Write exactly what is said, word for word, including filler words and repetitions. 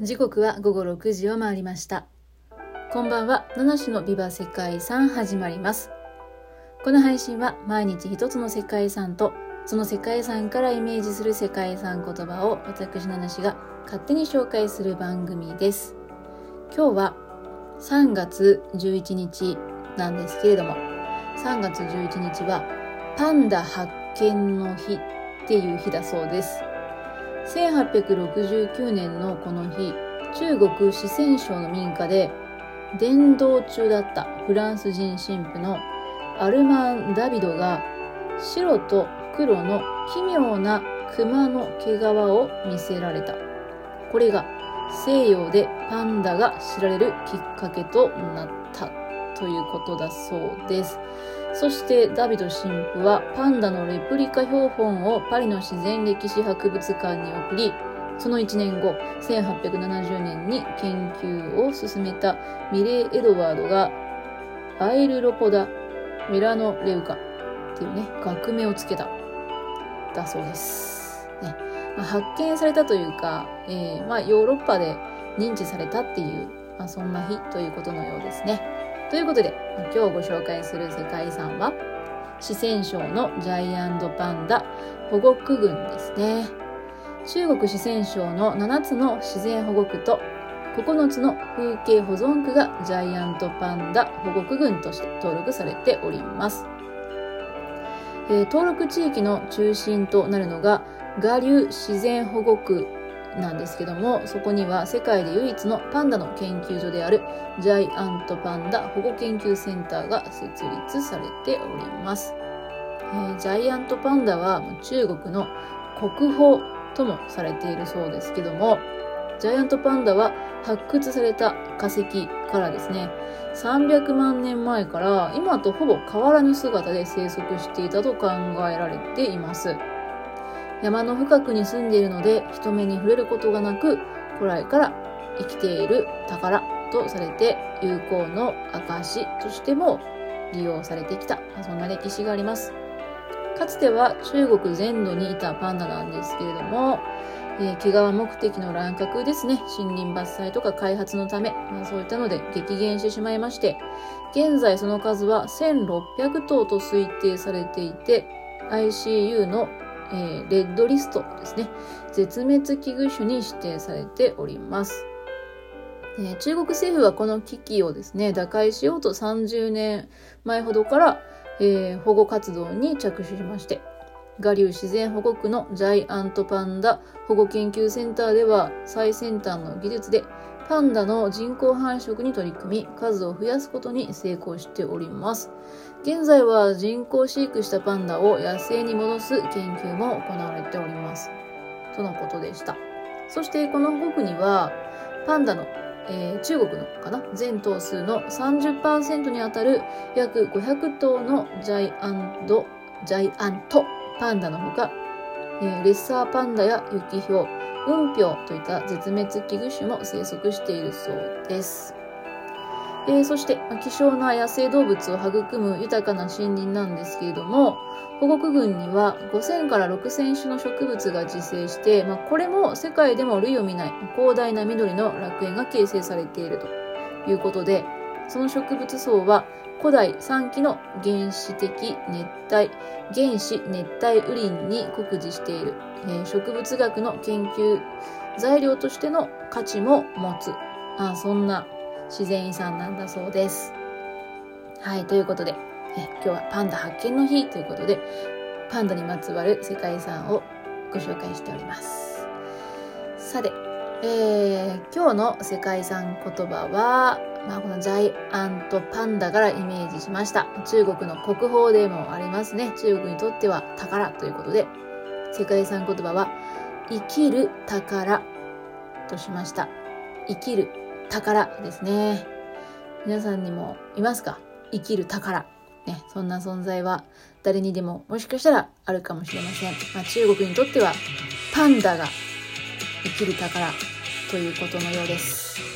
時刻はごごろくじを回りました。こんばんは。なな種のビバ世界遺産始まります。この配信は毎日一つの世界遺産とその世界遺産からイメージする世界遺産言葉を私なな種が勝手に紹介する番組です。今日はさんがつじゅういちにちなんですけれども、さんがつじゅういちにちはパンダ発見の日っていう日だそうです。せんはっぴゃくろくじゅうきゅうねんのこの日、中国四川省の民家で伝道中だったフランス人神父のアルマン・ダビドが白と黒の奇妙な熊の毛皮を見せられた。これが西洋でパンダが知られるきっかけとなったということだそうです。そしてダビド神父はパンダのレプリカ標本をパリの自然歴史博物館に送り、そのいちねんご、せんはっぴゃくななじゅうねんに研究を進めたミレー・エドワードがアイルロポダ・メラノレウカっていうね、学名をつけただそうです。ねまあ、発見されたというか、えーまあ、ヨーロッパで認知されたっていう、まあ、そんな日ということのようですね。ということで、今日ご紹介する世界遺産は四川省のジャイアントパンダ保護区群ですね。中国四川省のななつの自然保護区とここのつの風景保存区がジャイアントパンダ保護区群として登録されております。えー、登録地域の中心となるのが臥龍自然保護区なんですけども、そこには世界で唯一のパンダの研究所であるジャイアントパンダ保護研究センターが設立されております。えー、ジャイアントパンダは中国の国宝ともされているそうですけども、ジャイアントパンダは発掘された化石からですね、さんびゃくまんねんまえから今とほぼ変わらぬ姿で生息していたと考えられています。山の深くに住んでいるので人目に触れることがなく、古来から生きている宝とされて友好の証としても利用されてきた、そんな歴史があります。かつては中国全土にいたパンダなんですけれども、えー、毛皮目的の乱獲ですね、森林伐採とか開発のため、まあ、そういったので激減してしまいまして、現在その数はせんろっぴゃくとうと推定されていて、 アイシーユー のえー、レッドリストですね、絶滅危惧種に指定されております。えー、中国政府はこの危機をですね打開しようとさんじゅうねんまえほどから、えー、保護活動に着手しまして、臥龍自然保護区のジャイアントパンダ保護研究センターでは最先端の技術でパンダの人工繁殖に取り組み、数を増やすことに成功しております。現在は人工飼育したパンダを野生に戻す研究も行われております。とのことでした。そしてこの保護区にはパンダの、えー、中国のかな全頭数の さんじゅっパーセント にあたる約ごひゃくとうのジャイアント、ジャイアントパンダのほか、えー、レッサーパンダやユキヒョウ、雲氷といった絶滅危惧種も生息しているそうです。えー、そして希少な野生動物を育む豊かな森林なんですけれども、保護区群にはごせんからろくせんしゅの植物が自生して、まあ、これも世界でも類を見ない広大な緑の楽園が形成されているということで、その植物層は古代さんきの原始的熱帯原始熱帯雨林に酷似している、えー、植物学の研究材料としての価値も持つ、あそんな自然遺産なんだそうです。はい、ということでえ今日はパンダ発見の日ということで、パンダにまつわる世界遺産をご紹介しております。さて、えー、今日の世界遺産言葉は、まあ、このジャイアントパンダからイメージしました。中国の国宝でもありますね。中国にとっては宝ということで、世界遺産言葉は生きる宝としました。生きる宝ですね。皆さんにもいますか？生きる宝、ね、そんな存在は誰にでももしかしたらあるかもしれません。まあ、中国にとってはパンダが生きる宝ということのようです。